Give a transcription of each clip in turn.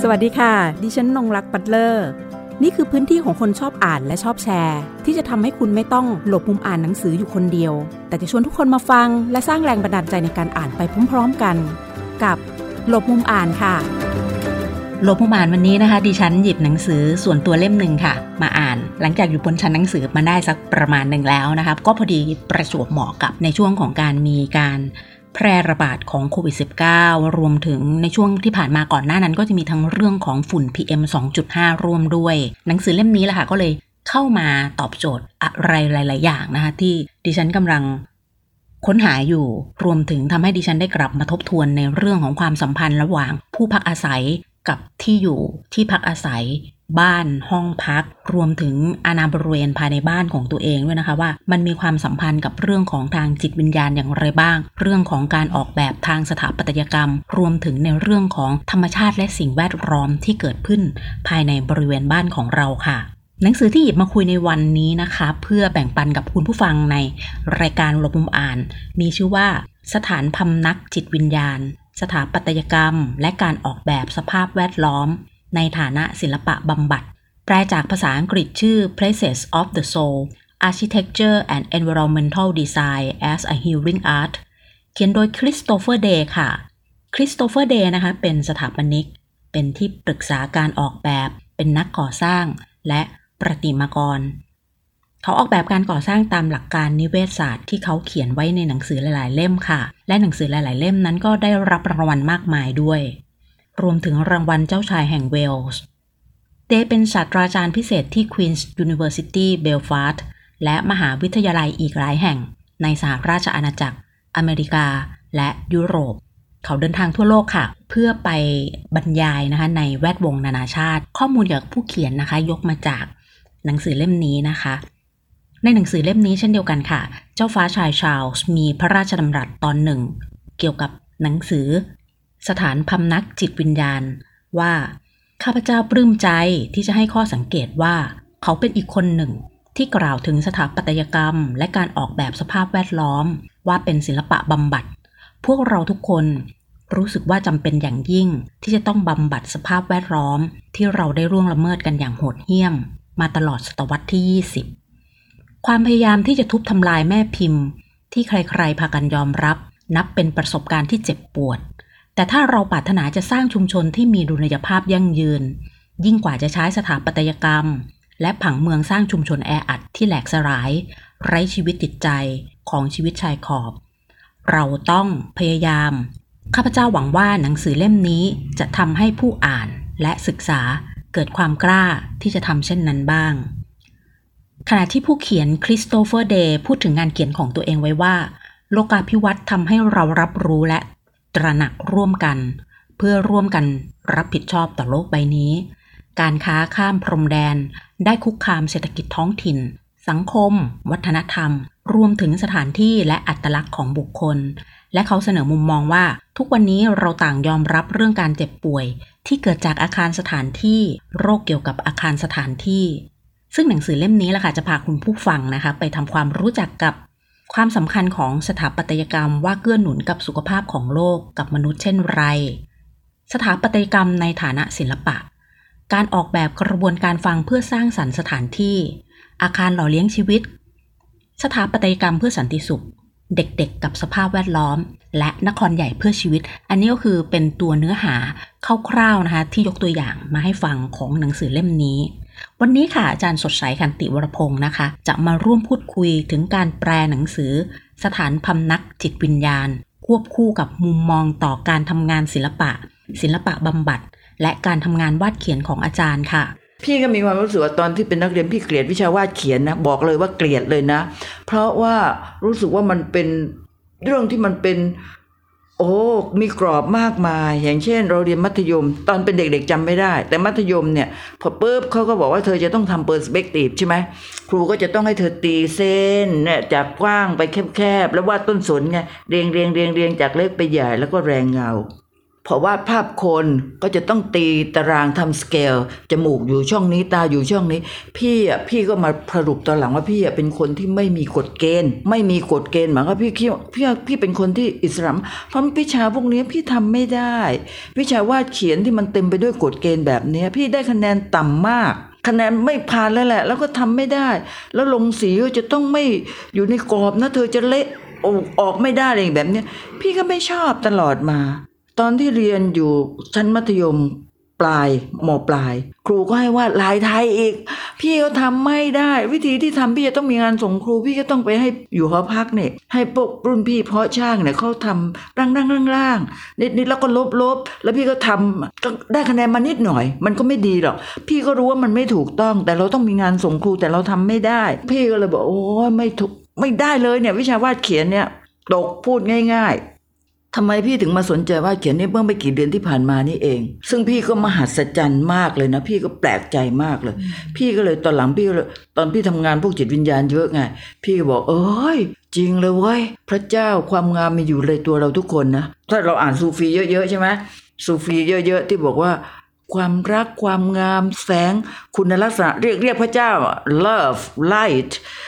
สวัสดีค่ะดิฉันนงรักปัตเลอร์นี่คือพื้นที่ของคนชอบอ่านและชอบแชร์ที่จะทำให้คุณไม่ต้องหลบมุมอ่านหนังสืออยู่คนเดียวแต่จะชวนทุกคนมาฟังและสร้างแรงบันดาลใจในการอ่านไปพร้อมๆกันกับหลบมุมอ่านค่ะหลบมุมอ่านวันนี้นะคะดิฉันหยิบหนังสือส่วนตัวเล่มหนึ่งค่ะมาอ่านหลังจากอยู่บนชั้นหนังสือมาได้สักประมาณหนึ่งแล้วนะคะก็พอดีประจวบเหมาะกับในช่วงของการมีการแพร่ระบาดของโควิด -19 รวมถึงในช่วงที่ผ่านมาก่อนหน้านั้นก็จะมีทั้งเรื่องของฝุ่น PM 2.5 ร่วมด้วยหนังสือเล่มนี้แหละค่ะก็เลยเข้ามาตอบโจทย์อะไรหลายๆอย่างนะคะที่ดิฉันกำลังค้นหาอยู่รวมถึงทำให้ดิฉันได้กลับมาทบทวนในเรื่องของความสัมพันธ์ระหว่างผู้พักอาศัยกับที่อยู่ที่พักอาศัยบ้านห้องพักรวมถึงอาณาบริเวณภายในบ้านของตัวเองด้วยนะคะว่ามันมีความสัมพันธ์กับเรื่องของทางจิตวิญญาณอย่างไรบ้างเรื่องของการออกแบบทางสถาปัตยกรรมรวมถึงในเรื่องของธรรมชาติและสิ่งแวดล้อมที่เกิดขึ้นภายในบริเวณบ้านของเราค่ะหนังสือที่หยิบมาคุยในวันนี้นะคะเพื่อแบ่งปันกับคุณผู้ฟังในรายการหลบมุมอ่านมีชื่อว่าสถานพำนักจิตวิญญาณสถาปัตยกรรมและการออกแบบสภาพแวดล้อมในฐานะศิลปะบำบัดแปลจากภาษาอังกฤษชื่อ Places of the Soul Architecture and Environmental Design as a Healing Art เขียนโดยคริสโตเฟอร์เดย์ค่ะคริสโตเฟอร์เดย์นะคะเป็นสถาปนิกเป็นที่ปรึกษาการออกแบบเป็นนักก่อสร้างและประติมากรเขาออกแบบการก่อสร้างตามหลักการนิเวศศาสตร์ที่เขาเขียนไว้ในหนังสือหลายๆเล่มค่ะและหนังสือหลายๆเล่มนั้นก็ได้รับรางวัลมากมายด้วยรวมถึงรางวัลเจ้าชายแห่งเวลส์เดย์เป็นศาสตราจารย์พิเศษที่ Queen's University Belfast และมหาวิทยาลัยอีกหลายแห่งในสหราชอาณาจักรอเมริกาและยุโรปเขาเดินทางทั่วโลกค่ะเพื่อไปบรรยายนะคะในแวดวงนานาชาติข้อมูลเกี่ยวกับผู้เขียนนะคะยกมาจากหนังสือเล่มนี้นะคะในหนังสือเล่มนี้เช่นเดียวกันค่ะเจ้าฟ้าชายชาร์ลส์มีพระราชดำรัสตอนหนึ่งเกี่ยวกับหนังสือสถานพำนักจิตวิญญาณว่าข้าพเจ้าปลื้มใจที่จะให้ข้อสังเกตว่าเขาเป็นอีกคนหนึ่งที่กล่าวถึงสถาปัตยกรรมและการออกแบบสภาพแวดล้อมว่าเป็นศิลปะบำบัดพวกเราทุกคนรู้สึกว่าจำเป็นอย่างยิ่งที่จะต้องบำบัดสภาพแวดล้อมที่เราได้ล่วงละเมิดกันอย่างโหดเหี้ยมมาตลอดศตวรรษที่20ความพยายามที่จะทุบทำลายแม่พิมพ์ที่ใครๆพากันยอมรับนับเป็นประสบการณ์ที่เจ็บปวดแต่ถ้าเราปรารถนาจะสร้างชุมชนที่มีดุลยภาพยั่งยืนยิ่งกว่าจะใช้สถาปัตยกรรมและผังเมืองสร้างชุมชนแออัดที่แหลกสลายไร้ชีวิตจิตใจของชีวิตชายขอบเราต้องพยายามข้าพเจ้าหวังว่าหนังสือเล่มนี้จะทำให้ผู้อ่านและศึกษาเกิดความกล้าที่จะทำเช่นนั้นบ้างขณะที่ผู้เขียนคริสโตเฟอร์เดย์พูดถึงงานเขียนของตัวเองไว้ว่าโลกาภิวัตน์ทำให้เรารับรู้และตระหนักร่วมกันเพื่อร่วมกันรับผิดชอบต่อโลกใบนี้การค้าข้ามพรมแดนได้คุกคามเศรษฐกิจท้องถิ่นสังคมวัฒนธรรมรวมถึงสถานที่และอัตลักษณ์ของบุคคลและเขาเสนอมุมมองว่าทุกวันนี้เราต่างยอมรับเรื่องการเจ็บป่วยที่เกิดจากอาคารสถานที่โรคเกี่ยวกับอาคารสถานที่ซึ่งหนังสือเล่มนี้ล่ะค่ะจะพาคุณผู้ฟังนะคะไปทำความรู้จักกับความสำคัญของสถาปัตยกรรมว่าเกื้อหนุนกับสุขภาพของโลกกับมนุษย์เช่นไรสถาปัตยกรรมในฐานะศิลปะการออกแบบกระบวนการฟังเพื่อสร้างสรรค์สถานที่อาคารหล่อเลี้ยงชีวิตสถาปัตยกรรมเพื่อสันติสุขเด็กๆ กับสภาพแวดล้อมและนครใหญ่เพื่อชีวิตอันนี้ก็คือเป็นตัวเนื้อหาคร่าวๆนะคะที่ยกตัวอย่างมาให้ฟังของหนังสือเล่มนี้วันนี้ค่ะอาจารย์สดใสขันติวรพงศ์นะคะจะมาร่วมพูดคุยถึงการแปลหนังสือสถานพำนักจิตวิญญาณควบคู่กับมุมมองต่อการทำงานศิลปะบำบัดและการทำงานวาดเขียนของอาจารย์ค่ะพี่ก็มีความรู้สึกว่าตอนที่เป็นนักเรียนพี่เกลียดวิชาวาดเขียนนะบอกเลยว่าเกลียดเลยนะเพราะว่ารู้สึกว่ามันเป็นเรื่องที่มันเป็นมีกรอบมากมายอย่างเช่นเราเรียนมัธยมตอนเป็นเด็กๆจำไม่ได้แต่มัธยมเนี่ยพอปุ๊บเขาก็บอกว่าเธอจะต้องทำเปอร์สเปกทีฟใช่ไหมครูก็จะต้องให้เธอตีเส้นเนี่ยจากกว้างไปแคบๆแล้ววาดต้นสนไงเรียงจากเล็กไปใหญ่แล้วก็แรงเงาพอวาดภาพคนก็จะต้องตีตารางทำสเกลจมูกอยู่ช่องนี้ตาอยู่ช่องนี้พี่ก็มาสรุปตอนหลังว่าพี่เป็นคนที่ไม่มีกฎเกณฑ์หมายว่าพี่เป็นคนที่อิสระเพราะวิชาพวกนี้พี่ทำไม่ได้วิชาวาดเขียนที่มันเต็มไปด้วยกฎเกณฑ์แบบนี้พี่ได้คะแนนต่ำมากคะแนนไม่ผ่านแล้วแหละแล้วก็ทำไม่ได้แล้วลงสีก็จะต้องไม่อยู่ในกรอบนะเธอจะเละออกไม่ได้อะไรแบบนี้พี่ก็ไม่ชอบตลอดมาตอนที่เรียนอยู่ชั้นมัธยมปลายม.ปลายครูก็ให้วาดลายไทยอีกพี่ก็ทำไม่ได้วิธีที่ทำพี่จะต้องมีงานส่งครูพี่ก็ต้องไปให้อยู่หอพักเนี่ยให้พวกรุ่นพี่เพาะช่างเนี่ยเขาทำร่างนิดแล้วก็ลบแล้วพี่ก็ทำก็ได้คะแนนมานิดหน่อยมันก็ไม่ดีหรอกพี่ก็รู้ว่ามันไม่ถูกต้องแต่เราต้องมีงานส่งครูแต่เราทำไม่ได้พี่ก็เลยบอกโอ้ยไม่ได้เลยเนี่ยวิชาวาดเขียนเนี่ยตกพูดง่ายๆทำไมพี่ถึงมาสนใจวาดเขียนนี่เมื่อไม่กี่เดือนที่ผ่านมานี่เองซึ่งพี่ก็มหัศจรรย์มากเลยนะพี่ก็แปลกใจมากเลยพี่ก็เลยตอนหลังตอนพี่ทำงานพวกจิตวิญญาณเยอะไงพี่ก็บอกเอ้ยจริงเลยเว้ยพระเจ้าความงามมีอยู่ในตัวเราทุกคนนะถ้าเราอ่านซูฟีเยอะๆใช่ไหมซูฟีเยอะๆที่บอกว่าความรักความงามแสงคุณลักษณะเรียกพระเจ้า love light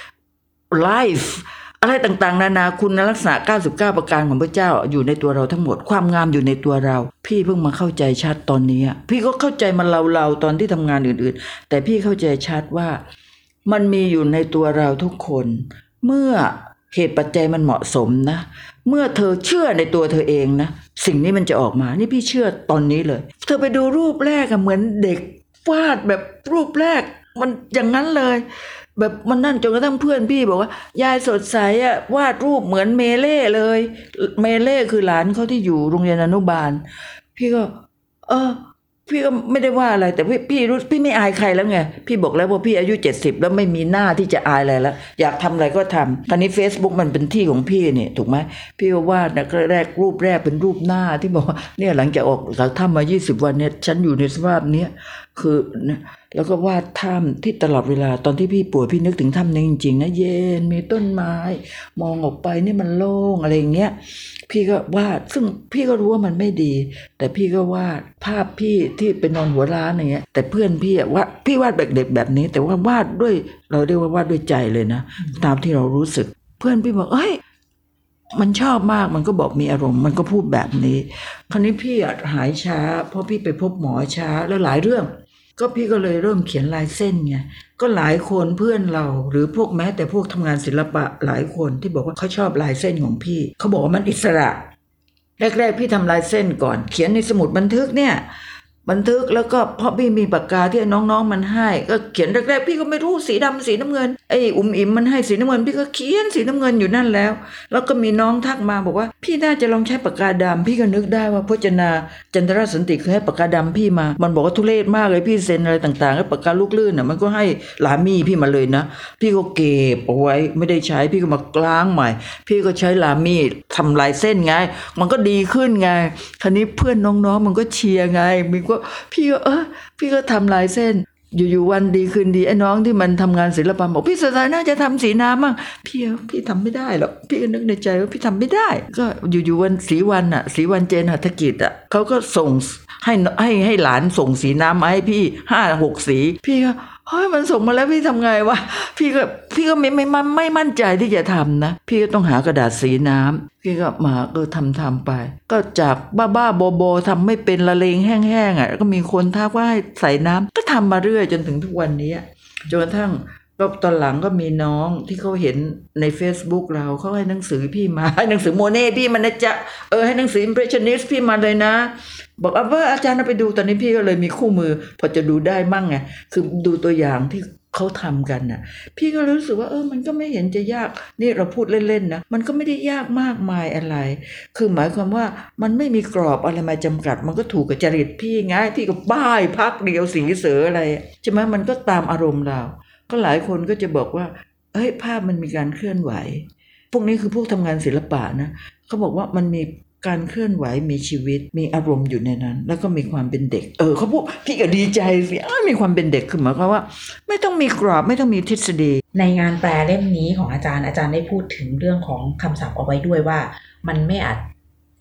lifeอะไรต่างๆนานาคุณลักษณะ99ประการของพระเจ้าอยู่ในตัวเราทั้งหมดความงามอยู่ในตัวเราพี่เพิ่งมาเข้าใจชัดตอนนี้พี่ก็เข้าใจมาเราตอนที่ทำงานอื่นๆแต่พี่เข้าใจชัดว่ามันมีอยู่ในตัวเราทุกคนเมื่อเหตุปัจจัยมันเหมาะสมนะเมื่อเธอเชื่อในตัวเธอเองนะสิ่งนี้มันจะออกมานี่พี่เชื่อตอนนี้เลยเธอไปดูรูปแรกเหมือนเด็กวาดแบบรูปแรกมันอย่างนั้นเลยแบบมันนั่นจนกระทั่งเพื่อนพี่บอกว่ายายสดใสวาดรูปเหมือนเมเล่เลยเมเล่คือหลานเขาที่อยู่โรงเรียนอนุบาลพี่ก็พี่ก็ไม่ได้ว่าอะไรแต่พี่ไม่อายใครแล้วไงพี่บอกแล้วว่าพี่อายุ70แล้วไม่มีหน้าที่จะอายอะไรแล้วอยากทำอะไรก็ทำคราวนี้ Facebook มันเป็นที่ของพี่เนี่ยถูกไหมพี่ก็วาดนะรูปแรกเป็นรูปหน้าที่บอกว่าเนี่ยหลังจากออกจากถ้ำมา20วันเนี่ยฉันอยู่ในสภาพเนี้ยคือแล้วก็วาดถ้ำที่ตลอดเวลาตอนที่พี่ป่วยพี่นึกถึงถ้ำนี้จริงๆนะเย็นมีต้นไม้มองออกไปนี่มันโล่งอะไรอย่างเงี้ยพี่ก็วาดซึ่งพี่ก็รู้ว่ามันไม่ดีแต่พี่ก็วาดภาพพี่ที่เป็นนอนหัวร้านอย่างเงี้ยแต่เพื่อนพี่ว่าพี่วาดแบบเด็กแบบนี้แต่ว่าวาดด้วยเราเรียกว่าวาดด้วยใจเลยนะตามที่เรารู้สึกเพื่อนพี่บอกเอ้ยมันชอบมากมันก็บอกมีอารมณ์มันก็พูดแบบนี้คราวนี้พี่หายช้าเพราะพี่ไปพบหมอช้าแล้วหลายเรื่องก็พี่ก็เลยเริ่มเขียนลายเส้นไงก็หลายคนเพื่อนเราหรือพวกแม้แต่พวกทำงานศิลปะหลายคนที่บอกว่าเขาชอบลายเส้นของพี่เขาบอกว่ามันอิสระแรกๆพี่ทำลายเส้นก่อนเขียนในสมุดบันทึกเนี่ยบันทึกแล้วก็เพราะพี่มีปากกาที่น้องๆมันให้ก็เขียนแรกๆพี่ก็ไม่รู้สีดำสีน้ำเงินไอ้อิ่มมันให้สีน้ำเงินพี่ก็เขียนสีน้ำเงินอยู่นั่นแล้วก็มีน้องทักมาบอกว่าพี่น่าจะลองใช้ปากกาดำพี่ก็นึกได้ว่าพจนาจันทรสันติเคยให้ปากกาดำพี่มามันบอกว่าทุเรศมากเลยพี่เซ็นอะไรต่างๆแล้วปากกาลูกลื่นมันก็ให้ลามี่พี่มาเลยนะพี่ก็เก็บเอาไว้ไม่ได้ใช้พี่ก็มากล้างใหม่พี่ก็ใช้ลามี่ทำลายเส้นไงมันก็ดีขึ้นไงคราวนี้เพื่อนน้องๆมันก็เชียร์ไงมีก็พี่ก็ทำลายเส้นอยู่ๆวันดีคืนดีไอ้น้องที่มันทำงานศิลปะบอกพี่สดใสน่าจะทำสีน้ำมั่งพี่ทำไม่ได้หรอกพี่ก็นึกในใจว่าพี่ทำไม่ได้ก็อยู่ๆวันศรีวันเจนหัตถกิจเขาก็ส่งให้หลานส่งสีน้ำมาให้พี่ 5-6 สีพี่ก็เฮ้ยมันส่งมาแล้วพี่ทำไงวะพี่ก็ไม่มั่นใจที่จะทำนะพี่ก็ต้องหากระดาษสีน้ำพี่ก็มาทำไปก็จากบ้าๆบอๆทำไม่เป็นละเลงแห้งๆก็มีคนทักว่าให้ใส่น้ำก็ทำมาเรื่อยจนถึงทุกวันนี้จนกระทั่งก็ตอนหลังก็มีน้องที่เขาเห็นใน Facebook เราเขาให้หนังสือพี่มาให้หนังสือโมเน่พี่มันนะจ๊ะให้หนังสือ Impressionist พี่มาเลยนะบอกว่าอาจารย์เอาไปดูตอนนี้พี่ก็เลยมีคู่มือพอจะดูได้มั่งไงคือดูตัวอย่างที่เขาทำกันน่ะพี่ก็รู้สึกว่ามันก็ไม่เห็นจะยากนี่เราพูดเล่นๆนะมันก็ไม่ได้ยากมากมายอะไรคือหมายความว่ามันไม่มีกรอบอะไรมาจำกัดมันก็ถูกกับจริตพี่ไงพี่ก็บ้ายพักเดียวสีเสืออะไรใช่ไหมมันก็ตามอารมณ์เราก็หลายคนก็จะบอกว่าภาพมันมีการเคลื่อนไหวพวกนี้คือพวกทำงานศิลปะนะเขาบอกว่ามันมีการเคลื่อนไหวมีชีวิตมีอารมณ์อยู่ในนั้นแล้วก็มีความเป็นเด็กเขาพูดพี่ก็ดีใจสิมีความเป็นเด็กคือหมายความว่าไม่ต้องมีกรอบไม่ต้องมีทฤษฎีในงานแปลเล่มนี้ของอาจารย์ได้พูดถึงเรื่องของคำศัพท์เอาไว้ด้วยว่ามันไม่อาจ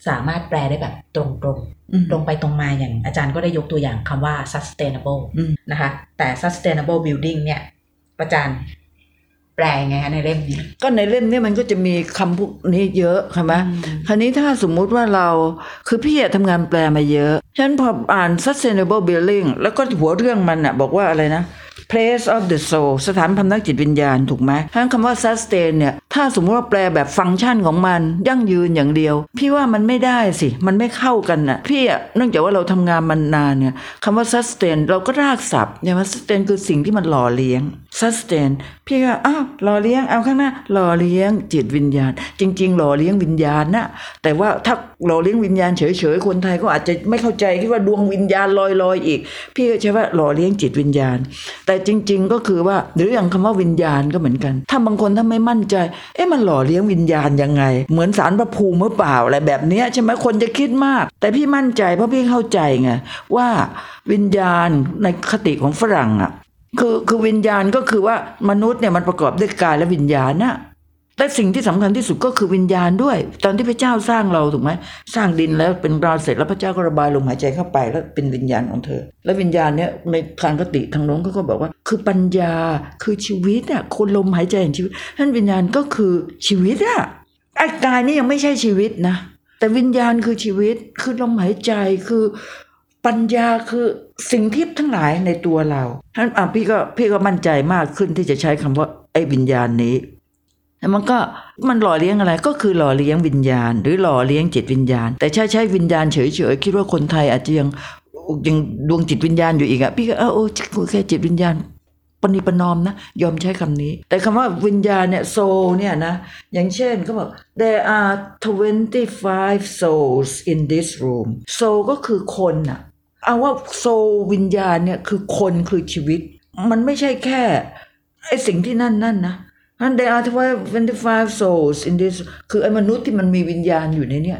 สามารถแปลได้แบบตรงไปตรงมาอย่างอาจารย์ก็ได้ยกตัวอย่างคำว่า sustainable นะคะแต่ sustainable building เนี่ยอาจารย์แปลไงคะในเล่มนี้ก็ในเล่มนี้มันก็จะมีคำพวกนี้เยอะใช่ไหมคราวนี้ถ้าสมมุติว่าเราคือพี่ทำงานแปลมาเยอะฉะนั้นพออ่าน sustainable building แล้วก็หัวเรื่องมันบอกว่าอะไรนะ place of the soul สถานพำนักจิตวิญญาณถูกไหมทั้งคำว่า sustain เนี่ยถ้าสมมติว่าแปลแบบฟังก์ชันของมันยั่งยืนอย่างเดียวพี่ว่ามันไม่ได้สิมันไม่เข้ากันน่ะพี่เนื่องจากว่าเราทำงานมันนานเนี่ยคำว่า sustain เราก็รากศัพท์เนี่ยว่า sustain คือสิ่งที่มันหล่อเลี้ยง sustain พี่ก็หล่อเลี้ยงเอาข้างหน้าหล่อเลี้ยงจิตวิญญาณจริงๆหล่อเลี้ยงวิญญาณนะแต่ว่าถ้าหล่อเลี้ยงวิญญาณเฉยๆคนไทยก็อาจจะไม่เข้าใจคิดว่าดวงวิญญาณลอยๆอีกพี่ก็ใช้ว่าหล่อเลี้ยงจิตวิญญาณแต่จริงๆก็คือว่าหรืออย่างคำว่าวิญญาณก็เหมือนกันถ้าบางคนถ้าไม่มั่นใจมันหล่อเลี้ยงวิญญาณยังไงเหมือนศาลพระภูมิหรือเปล่าอะไรแบบนี้ใช่ไหมคนจะคิดมากแต่พี่มั่นใจเพราะพี่เข้าใจไงว่าวิญญาณในคติของฝรั่งคือวิญญาณก็คือว่ามนุษย์เนี่ยมันประกอบด้วยกายและวิญญาณนะแต่สิ่งที่สำคัญที่สุดก็คือวิญญาณด้วยตอนที่พระเจ้าสร้างเราถูกไหมสร้างดินแล้วเป็นเราเสร็จแล้วพระเจ้าก็ระบายลมหายใจเข้าไปแล้วเป็นวิญญาณของเธอแล้ววิญญาณเนี่ยในทางคติทางโน้นก็บอกว่าคือปัญญาคือชีวิตคนลมหายใจแห่งชีวิตนั่นวิญญาณก็คือชีวิตไอ้กายนี่ยังไม่ใช่ชีวิตนะแต่วิญญาณคือชีวิตคือลมหายใจคือปัญญาคือสิ่งทิพย์ทั้งหลายในตัวเราฉะนั้นพี่ก็มั่นใจมากขึ้นที่จะใช้คำว่าไอ้วิญญาณนี้มันหล่อเลี้ยงอะไรก็คือหล่อเลี้ยงวิญญาณหรือหล่อเลี้ยงจิตวิญญาณแต่ใช้วิญญาณเฉยๆคิดว่าคนไทยอาจจะยังดวงจิตวิญญาณอยู่อีกพี่ก็แค่จิตวิญญาณปณิประนอมนะยอมใช้คำนี้แต่คำว่าวิญญาณเนี่ยโซลเนี่ยนะอย่างเช่นเขาบอก there are 25 souls in this room soul ก็คือคนเอาว่าโซลวิญญาณเนี่ยคือคนคือชีวิตมันไม่ใช่แค่ไอ้สิ่งที่นั่นนะthere are 25 souls in this คือไอ้มนุษย์ที่มันมีวิญญาณอยู่ในเนี่ย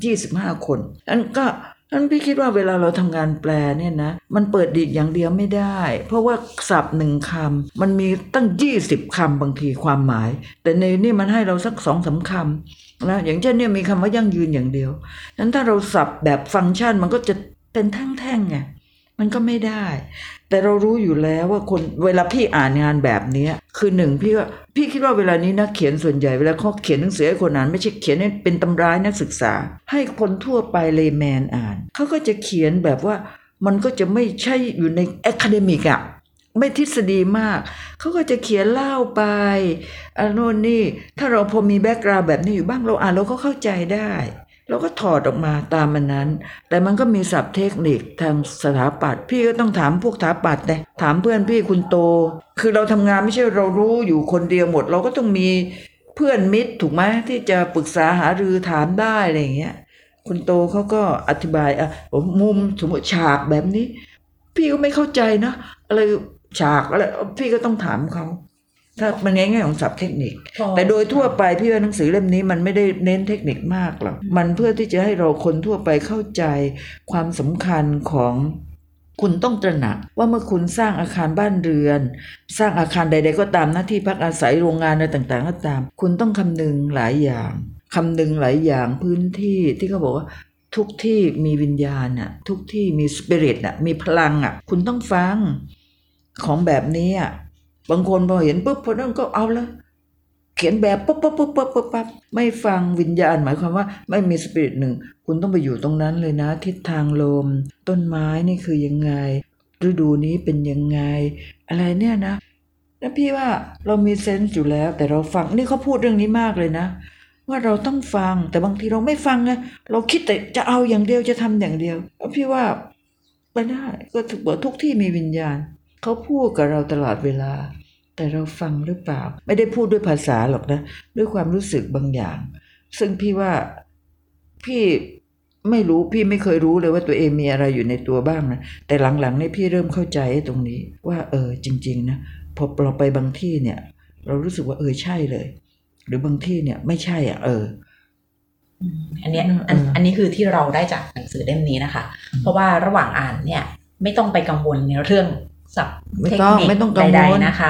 25 คนนั้นพี่คิดว่าเวลาเราทำงานแปลเนี่ยนะมันเปิดดีกอย่างเดียวไม่ได้เพราะว่าศัพท์1คำมันมีตั้ง20คำบางทีความหมายแต่ในนี่มันให้เราสัก 2-3 คำนะอย่างเช่นเนี่ยมีคำว่ายั่งยืนอย่างเดียวนั้นถ้าเราศัพท์แบบฟังก์ชันมันก็จะเป็นแท่งๆไงมันก็ไม่ได้แต่เรารู้อยู่แล้วว่าคนเวลาพี่อ่านงานแบบนี้คือหนึ่งพี่คิดว่าเวลานี้นักเขียนส่วนใหญ่เวลาเขาเขียนหนังสือให้คนอ่านไม่ใช่เขียนให้เป็นตำรานักศึกษาให้คนทั่วไปเลย์แมนอ่านเขาก็จะเขียนแบบว่ามันก็จะไม่ใช่อยู่ในแอคาเดมิกไม่ทฤษฎีมากเขาก็จะเขียนเล่าไปโน่นนี่ถ้าเราพอมีแบ็กกราวด์แบบนี้อยู่บ้างเราอ่านเราก็เข้าใจได้เราก็ถอดออกมาตามมันนั้นแต่มันก็มีศัพท์เทคนิคทางสถาปัตย์พี่ก็ต้องถามพวกสถาปัตย์นะถามเพื่อนพี่คุณโตคือเราทำงานไม่ใช่เรารู้อยู่คนเดียวหมดเราก็ต้องมีเพื่อนมิตรถูกไหมที่จะปรึกษาหารือถามได้อะไรอย่างเงี้ยคุณโตเขาก็อธิบายมุมสมมติฉากแบบนี้พี่ก็ไม่เข้าใจนะอะไรฉากอะไรพี่ก็ต้องถามเขาถ้ามันง่ายๆของศัพท์เทคนิคแต่โดยทั่วไปพี่ว่าหนังสือเล่มนี้มันไม่ได้เน้นเทคนิคมากหรอกมันเพื่อที่จะให้เราคนทั่วไปเข้าใจความสำคัญของคุณต้องตระหนักว่าเมื่อคุณสร้างอาคารบ้านเรือนสร้างอาคารใดๆก็ตามหน้าที่พักอาศัยโรงงานอะไรต่างๆก็ตามคุณต้องคำนึงหลายอย่างพื้นที่ที่เขาบอกว่าทุกที่มีวิญญาณทุกที่มีสปิริตมีพลังคุณต้องฟังของแบบนี้บางคนพอเห็นปุ๊บพอนั่นก็เอาแล้วเขียนแบบปุ๊บไม่ฟังวิญญาณหมายความว่าไม่มีสปิริตหนึ่งคุณต้องไปอยู่ตรงนั้นเลยนะทิศทางลมต้นไม้นี่คือยังไงฤดูนี้เป็นยังไงอะไรเนี่ยนะแล้วพี่ว่าเรามีเซนส์อยู่แล้วแต่เราฟังนี่เขาพูดเรื่องนี้มากเลยนะว่าเราต้องฟังแต่บางทีเราไม่ฟังไงเราคิดแต่จะเอาอย่างเดียวจะทำอย่างเดียวพี่ว่าไม่ได้ก็ถือว่าทุกที่มีวิญญาณเขาพูดกับเราตลอดเวลาแต่เราฟังหรือเปล่าไม่ได้พูดด้วยภาษาหรอกนะด้วยความรู้สึกบางอย่างซึ่งพี่ว่าพี่ไม่รู้พี่ไม่เคยรู้เลยว่าตัวเองมีอะไรอยู่ในตัวบ้างนะแต่หลังๆนี่พี่เริ่มเข้าใจตรงนี้ว่าจริงๆนะพอเราไปบางที่เนี่ยเรารู้สึกว่าใช่เลยหรือบางที่เนี่ยไม่ใช่อันนี้คือที่เราได้จากหนังสือเล่มนี้นะคะเพราะว่าระหว่างอ่านเนี่ยไม่ต้องไปกังวลในเรื่องศัพท์เทคนิคใดๆนะคะ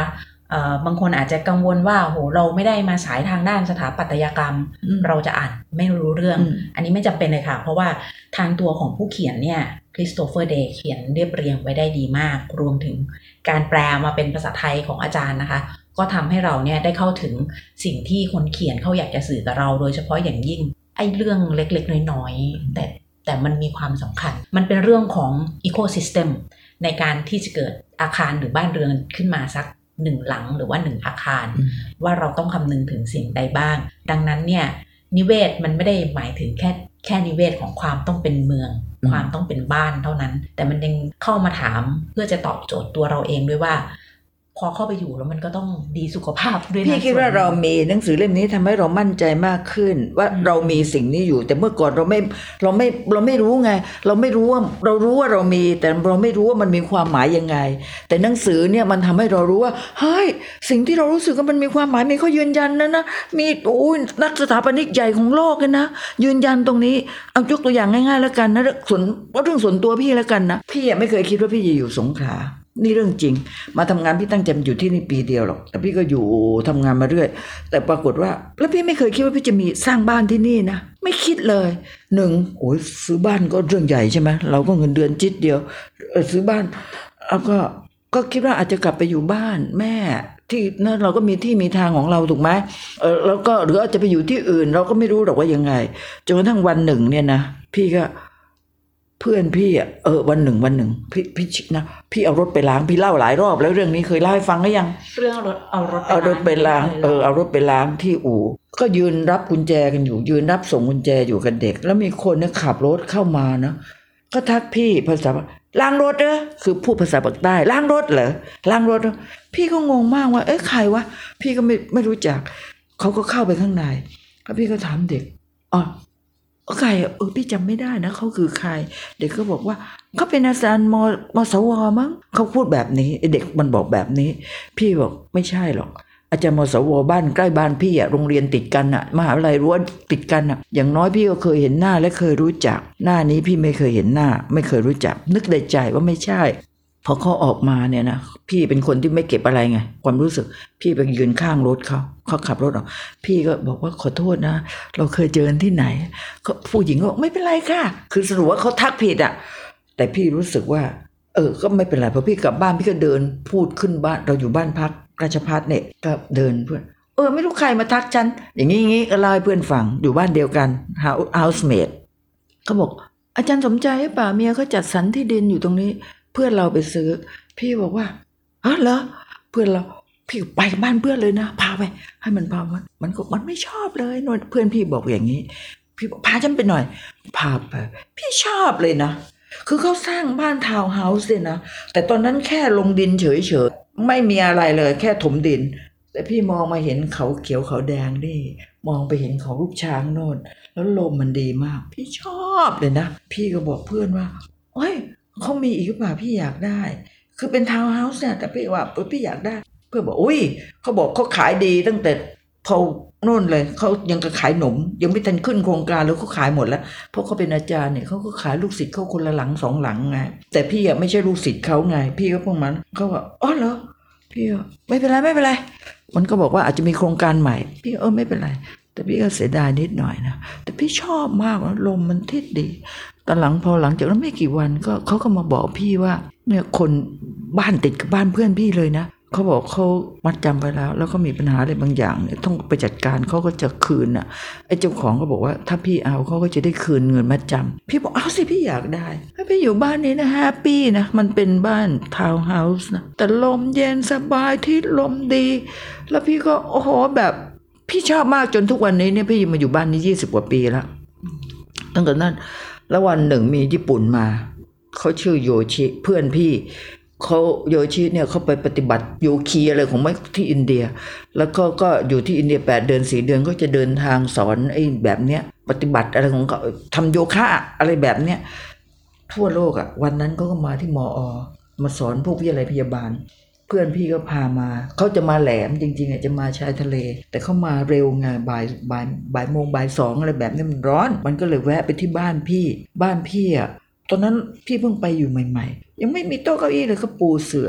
บางคนอาจจะกังวลว่าโหเราไม่ได้มาสายทางด้านสถาปัตยกรรมเราจะอ่านไม่รู้เรื่องอันนี้ไม่จำเป็นเลยค่ะเพราะว่าทางตัวของผู้เขียนเนี่ยคริสโตเฟอร์เดย์เขียนเรียบเรียงไว้ได้ดีมากรวมถึงการแปลมาเป็นภาษาไทยของอาจารย์นะคะก็ทำให้เราเนี่ยได้เข้าถึงสิ่งที่คนเขียนเขาอยากจะสื่อกับเราโดยเฉพาะอย่างยิ่งไอ้เรื่องเล็กๆน้อยๆแต่มันมีความสำคัญมันเป็นเรื่องของอีโคซิสเต็มในการที่จะเกิดอาคารหรือบ้านเรือนขึ้นมาสัก1หลังหรือว่า1อาคารว่าเราต้องคำนึงถึงสิ่งใดบ้างดังนั้นเนี่ยนิเวศมันไม่ได้หมายถึงแค่นิเวศของความต้องเป็นเมืองความต้องเป็นบ้านเท่านั้นแต่มันยังเข้ามาถามเพื่อจะตอบโจทย์ตัวเราเองด้วยว่าพอเข้าไปอยู่แล้วมันก็ต้องดีสุขภาพด้วยนะพี่คิดว่าเรามีหนังสือเล่มนี้ทำให้เรามั่นใจมากขึ้นว่าเรามีสิ่งนี้อยู่แต่เมื่อก่อนเราไม่รู้ไงเราไม่รู้ว่าเรามีแต่เราไม่รู้ว่ามันมีความหมายยังไงแต่หนังสือเนี่ยมันทำให้เรารู้ว่าเฮ้ยสิ่งที่เรารู้สึกว่ามันมีความหมายมีเขายืนยันนะมีนักสถาปนิกใหญ่ของโลกเลยนะยืนยันตรงนี้เอายกตัวอย่างง่ายๆแล้วกันนะเรื่องส่วนตัวพี่แล้วกันนะพี่ไม่เคยคิดว่าพี่จะอยู่สงขลานี่เรื่องจริงมาทำงานพี่ตั้งใจอยู่ที่นี่ปีเดียวหรอกแต่พี่ก็อยู่ทำงานมาเรื่อยแต่ปรากฏว่าแล้วพี่ไม่เคยคิดว่าพี่จะมีสร้างบ้านที่นี่นะไม่คิดเลยโอ้ยซื้อบ้านก็เรื่องใหญ่ใช่ไหมเราก็เงินเดือนจิตเดียวซื้อบ้านแล้วก็คิดว่าอาจจะกลับไปอยู่บ้านแม่ที่นั่นเราก็มีที่มีทางของเราถูกไหมแล้วก็หรืออาจจะไปอยู่ที่อื่นเราก็ไม่รู้หรอกว่ายังไงจนกระทั่งวันหนึ่งเนี่ยนะพี่ก็เพื่อนพี่วันหนึ่งพี่นะพี่เอารถไปล้างพี่เล่าหลายรอบแล้วเรื่องนี้เคยเล่าให้ฟังหรือยังเรื่องเอารถไปล้างเอารถไปล้างที่อู่ก็ยืนรับกุญแจกันอยู่ยืนรับส่งกุญแจอยู่กับเด็กแล้วมีคนเนี่ยขับรถเข้ามานะก็ทักพี่ภาษาล้างรถเหรอคือพูดภาษาปากใต้ล้างรถเหรอล้างรถพี่ก็งงมากว่าใครวะพี่ก็ไม่รู้จักเขาก็เข้าไปข้างในแล้วพี่ก็ถามเด็กใครพี่จำไม่ได้นะเขาคือใครเด็กก็บอกว่าเขาเป็นอาจารย์มสวมั้งเขาพูดแบบนี้เด็กมันบอกแบบนี้พี่บอกไม่ใช่หรอกอาจารย์มสวบ้านใกล้บ้านพี่โรงเรียนติดกันมหาวิทยาลัยรั้วติดกันอย่างน้อยพี่ก็เคยเห็นหน้าและเคยรู้จักหน้านี้พี่ไม่เคยเห็นหน้าไม่เคยรู้จักนึกในใจว่าไม่ใช่พอเขาออกมาเนี่ยนะพี่เป็นคนที่ไม่เก็บอะไรไงความรู้สึกพี่ไปยืนข้างรถเขาขับรถออกพี่ก็บอกว่าขอโทษนะเราเคยเจอกันที่ไหนผู้หญิงก็บอกไม่เป็นไรค่ะคือสรุปว่าเขาทักผิดแต่พี่รู้สึกว่าก็ไม่เป็นไรพอพี่กลับบ้านพี่ก็เดินพูดขึ้นบ้านเราอยู่บ้านพักราชภัฏเนี่ยก็เดินเพื่อนไม่รู้ใครมาทักฉันอย่างนี้ก็เล่าให้เพื่อนฟังอยู่บ้านเดียวกันhousemate เขาบอกอาจารย์สมใจให้ป่าเมียเขาจัดสรรที่ดินอยู่ตรงนี้เพื่อนเราไปซื้อพี่บอกว่าเหรอเพื่อนเราพี่ไปบ้านเพื่อนเลยนะพาไปให้มันพามันไม่ชอบเลยนวลเพื่อนพี่บอกอย่างนี้พี่บอกพาฉันไปหน่อยพาไปพี่ชอบเลยนะคือเขาสร้างบ้านทาวน์เฮาส์เลยนะแต่ตอนนั้นแค่ลงดินเฉยๆไม่มีอะไรเลยแค่ถมดินแต่พี่มองมาเห็นเขาเขียวเขาแดงนี่มองไปเห็นเขาลูกช้างโน่นแล้วลมมันดีมากพี่ชอบเลยนะพี่ก็บอกเพื่อนว่าเขามีอีกหรือเปล่าพี่อยากได้คือเป็นทาวน์เฮาส์เนี่ยแต่พี่ว่าพี่อยากได้เพื่อนบอกเขาบอกเขาขายดีตั้งแต่พอโน่นเลยเขายังก็ขายหนมยังไม่ทันขึ้นโครงการแล้วเขาขายหมดแล้วเพราะเขาเป็นอาจารย์เนี่ยเขาก็ขายลูกศิษย์เขาคนละหลัง2หลังไงแต่พี่ไม่ใช่ลูกศิษย์เขาไงพี่ก็พวกมันเขาบอกเหรอพี่ไม่เป็นไรมันก็บอกว่าอาจจะมีโครงการใหม่พี่ไม่เป็นไรแต่พี่ก็เสียดายนิดหน่อยนะแต่พี่ชอบมากลมมันทิศดีตอนหลังจากนั้นไม่กี่วันก็เขาก็มาบอกพี่ว่าเนี่ยคนบ้านติดกับบ้านเพื่อนพี่เลยนะเขาบอกเขามัดจำไปแล้วก็มีปัญหาอะไรบางอย่างเนี่ยต้องไปจัดการเขาก็จะคืนไอ้เจ้าของก็บอกว่าถ้าพี่เอาเขาก็จะได้คืนเงินมัดจำพี่บอกเอาสิพี่อยากได้ให้พี่อยู่บ้านนี้นะแฮปปี้นะมันเป็นบ้านทาวน์เฮาส์นะแต่ลมเย็นสบายที่ลมดีแล้วพี่ก็โอ้โหแบบพี่ชอบมากจนทุกวันนี้เนี่ยพี่มาอยู่บ้านนี้20กว่าปีแล้วตั้งแต่นั้นแล้ววันหนึ่งมีญี่ปุ่นมาเขาชื่อโยชิเพื่อนพี่เขาโยชิเนี่ยเขาไปปฏิบัติโยคีอะไรของไม่ที่อินเดียแล้วก็อยู่ที่อินเดีย8 เดือน4 เดือนก็จะเดินทางสอนไอ้แบบเนี้ยปฏิบัติอะไรของเขาทำโยคะอะไรแบบเนี้ยทั่วโลกวันนั้นก็มาที่มอ.มาสอนพวกวิทยาลัยพยาบาลเพื่อนพี่ก็พามาเขาจะมาแหลมจริงๆจะมาชายทะเลแต่เขามาเร็วไงบ่ายโมงบ่าย2อะไรแบบนี้มันร้อนมันก็เลยแวะไปที่บ้านพี่ตอนนั้นพี่เพิ่งไปอยู่ใหม่ๆยังไม่มีโต๊ะเก้าอี้เลยเขาปูเสื่อ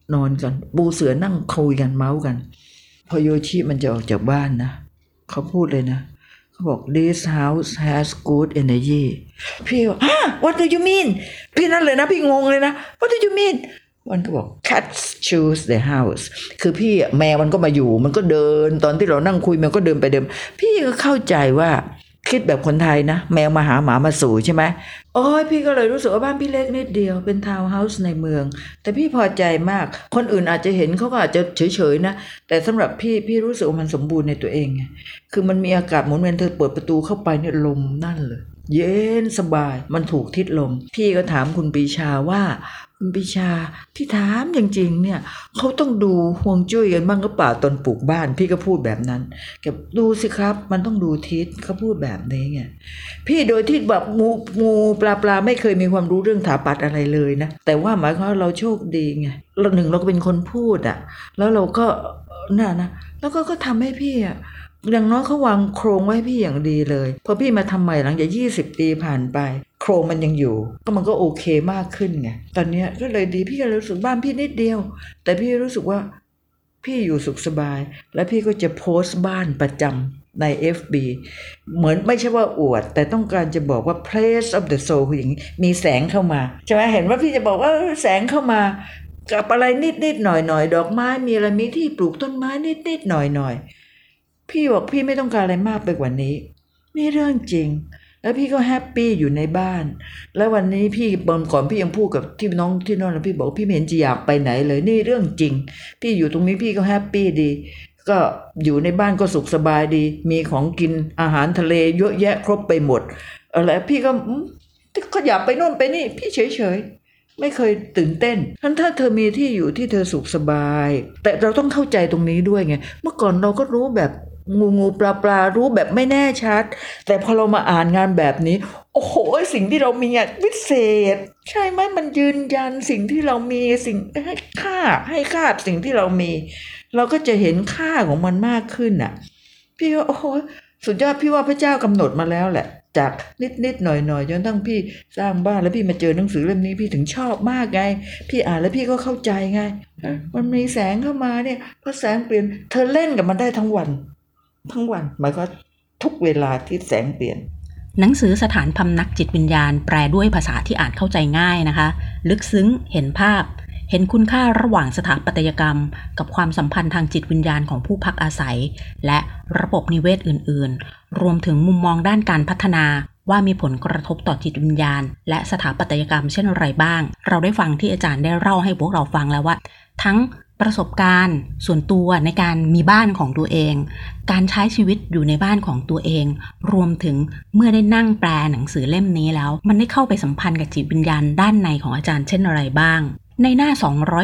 นอนกันปูเสือนั่งคุยกันเมาส์กันพอโยชิมันจะออกจากบ้านนะเขาพูดเลยนะเขาบอก this house has good energy พี่ว่า what do you mean พี่นั่นเลยนะพี่งงเลยนะ what do you mean มันก็บอก cats choose the house คือพี่แมวมันก็มาอยู่มันก็เดินตอนที่เรานั่งคุยมันก็เดินไปเดิมพี่ก็เข้าใจว่าคิดแบบคนไทยนะแมวมาหาหมามาสู่ใช่ไหมโอ้ยพี่ก็เลยรู้สึกว่าบ้านพี่เล็กนิดเดียวเป็นทาวน์เฮาส์ในเมืองแต่พี่พอใจมากคนอื่นอาจจะเห็นเขาก็อาจจะเฉยๆนะแต่สำหรับพี่รู้สึกว่ามันสมบูรณ์ในตัวเองไงคือมันมีอากาศหมุนเวียนเธอเปิดประตูเข้าไปเนี่ยลมนั่นเลยเย็นสบายมันถูกทิศลมพี่ก็ถามคุณปรีชาว่าคุณปรีชาพี่ถามจริงๆเนี่ยเขาต้องดูฮวงจุ้ยกันบ้างก็เปล่าตอนปลูกบ้านพี่ก็พูดแบบนั้นแกดูสิครับมันต้องดูทิศเขาพูดแบบนี้ไงพี่โดยที่แบบงูปลาไม่เคยมีความรู้เรื่องถาปัตย์อะไรเลยนะแต่ว่าหมายความว่าเราโชคดีไงเราหนึ่งเราก็เป็นคนพูดอ่ะแล้วเราก็น่ะนะแล้วก็ทำให้พี่อ่ะอย่างน้อยเขาวางโครงไว้ให้พี่อย่างดีเลยพอพี่มาทำใหม่หลังจาก20 ปีผ่านไปโครงมันยังอยู่ก็มันก็โอเคมากขึ้นไงตอนนี้ก็เลยดีพี่ก็รู้สึกบ้านพี่นิดเดียวแต่พี่รู้สึกว่าพี่อยู่สุขสบายและพี่ก็จะโพสต์บ้านประจำใน FB เหมือนไม่ใช่ว่าอวดแต่ต้องการจะบอกว่า place of the soul คืออย่างนี้มีแสงเข้ามาใช่ไหมเห็นว่าพี่จะบอกว่าแสงเข้ามากับอะไรนิดหน่อยดอกไม้มีอะไรมีที่ปลูกต้นไม้นิดหน่อยพี่บอกพี่ไม่ต้องการอะไรมากไปกว่านี้นี่เรื่องจริงแล้วพี่ก็แฮปปี้อยู่ในบ้านแล้ววันนี้พี่ก่อนพี่ยังพูดกับที่น้องที่นอนแล้วพี่บอกพี่ไม่เห็นจะอยากไปไหนเลยนี่เรื่องจริงพี่อยู่ตรงนี้พี่ก็แฮปปี้ดีก็อยู่ในบ้านก็สุขสบายดีมีของกินอาหารทะเลเยอะแยะครบไปหมดอะไรพี่ก็อยากไปโน่นไปนี่พี่เฉยไม่เคยตื่นเต้นถ้าเธอมีที่อยู่ที่เธอสุขสบายแต่เราต้องเข้าใจตรงนี้ด้วยไงเมื่อก่อนเราก็รู้แบบงูปลารู้แบบไม่แน่ชัดแต่พอเรามาอ่านงานแบบนี้โอ้โหสิ่งที่เรามีวิเศษใช่ไหมมันยืนยันสิ่งที่เรามีสิ่งให้ค่าสิ่งที่เรามีเราก็จะเห็นค่าของมันมากขึ้นอ่ะพี่ว่าโอ้โหสุดยอดพี่ว่าพระเจ้ากำหนดมาแล้วแหละจากนิดหน่อยจนตั้งพี่สร้างบ้านแล้วพี่มาเจอหนังสือเล่มนี้พี่ถึงชอบมากไงพี่อ่านแล้วพี่ก็เข้าใจไงมันมีแสงเข้ามาเนี่ยพอแสงเปลี่ยนเธอเล่นกับมันได้ทั้งวันหมายความทุกเวลาที่แสงเปลี่ยนหนังสือสถานพำนักจิตวิญญาณแปลด้วยภาษาที่อ่านเข้าใจง่ายนะคะลึกซึ้งเห็นภาพเห็นคุณค่าระหว่างสถาปัตยกรรมกับความสัมพันธ์ทางจิตวิญญาณของผู้พักอาศัยและระบบนิเวศอื่นๆรวมถึงมุมมองด้านการพัฒนาว่ามีผลกระทบต่อจิตวิญญาณและสถาปัตยกรรมเช่นไรบ้างเราได้ฟังที่อาจารย์ได้เล่าให้พวกเราฟังแล้วว่าทั้งประสบการณ์ส่วนตัวในการมีบ้านของตัวเองการใช้ชีวิตอยู่ในบ้านของตัวเองรวมถึงเมื่อได้นั่งแปลหนังสือเล่มนี้แล้วมันได้เข้าไปสัมพันธ์กับจิตวิญญาณด้านในของอาจารย์เช่นอะไรบ้างในหน้า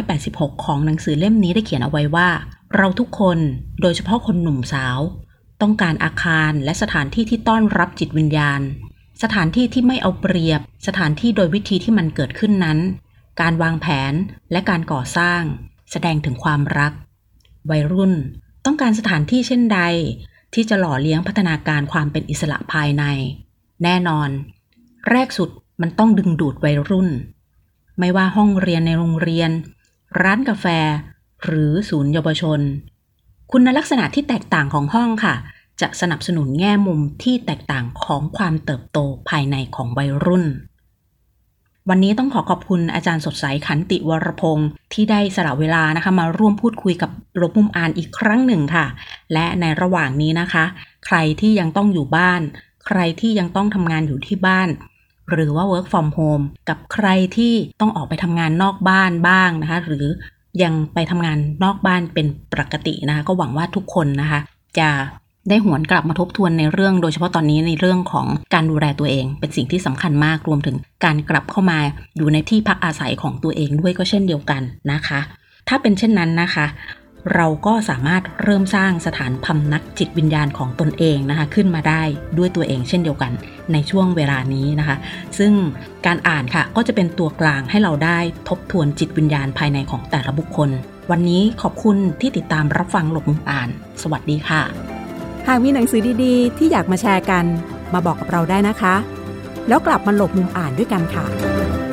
286ของหนังสือเล่มนี้ได้เขียนเอาไว้ว่าเราทุกคนโดยเฉพาะคนหนุ่มสาวต้องการอาคารและสถานที่ที่ต้อนรับจิตวิญญาณสถานที่ที่ไม่เอาเปรียบสถานที่โดยวิธีที่มันเกิดขึ้นนั้นการวางแผนและการก่อสร้างแสดงถึงความรักวัยรุ่นต้องการสถานที่เช่นใดที่จะหล่อเลี้ยงพัฒนาการความเป็นอิสระภายในแน่นอนแรกสุดมันต้องดึงดูดวัยรุ่นไม่ว่าห้องเรียนในโรงเรียนร้านกาแฟหรือศูนย์เยาวชนคุณลักษณะที่แตกต่างของห้องค่ะจะสนับสนุนแง่มุมที่แตกต่างของความเติบโตภายในของวัยรุ่นวันนี้ต้องขอบคุณอาจารย์สดใสขันติวรพงศ์ที่ได้สละเวลานะคะมาร่วมพูดคุยกับลบมุมอ่านอีกครั้งหนึ่งค่ะและในระหว่างนี้นะคะใครที่ยังต้องอยู่บ้านใครที่ยังต้องทำงานอยู่ที่บ้านหรือว่า work from home กับใครที่ต้องออกไปทำงานนอกบ้านบ้างนะคะหรือยังไปทำงานนอกบ้านเป็นปกตินะคะก็หวังว่าทุกคนนะคะจะได้หวนกลับมาทบทวนในเรื่องโดยเฉพาะตอนนี้ในเรื่องของการดูแลตัวเองเป็นสิ่งที่สำคัญมากรวมถึงการกลับเข้ามาอยู่ในที่พักอาศัยของตัวเองด้วยก็เช่นเดียวกันนะคะถ้าเป็นเช่นนั้นนะคะเราก็สามารถเริ่มสร้างสถานพำนักจิตวิญญาณของตนเองนะคะขึ้นมาได้ด้วยตัวเองเช่นเดียวกันในช่วงเวลานี้นะคะซึ่งการอ่านค่ะก็จะเป็นตัวกลางให้เราได้ทบทวนจิตวิญญาณภายในของแต่ละบุคคลวันนี้ขอบคุณที่ติดตามรับฟังหลบมุมอ่านสวัสดีค่ะหากมีหนังสือดีๆที่อยากมาแชร์กันมาบอกกับเราได้นะคะแล้วกลับมาหลบมุมอ่านด้วยกันค่ะ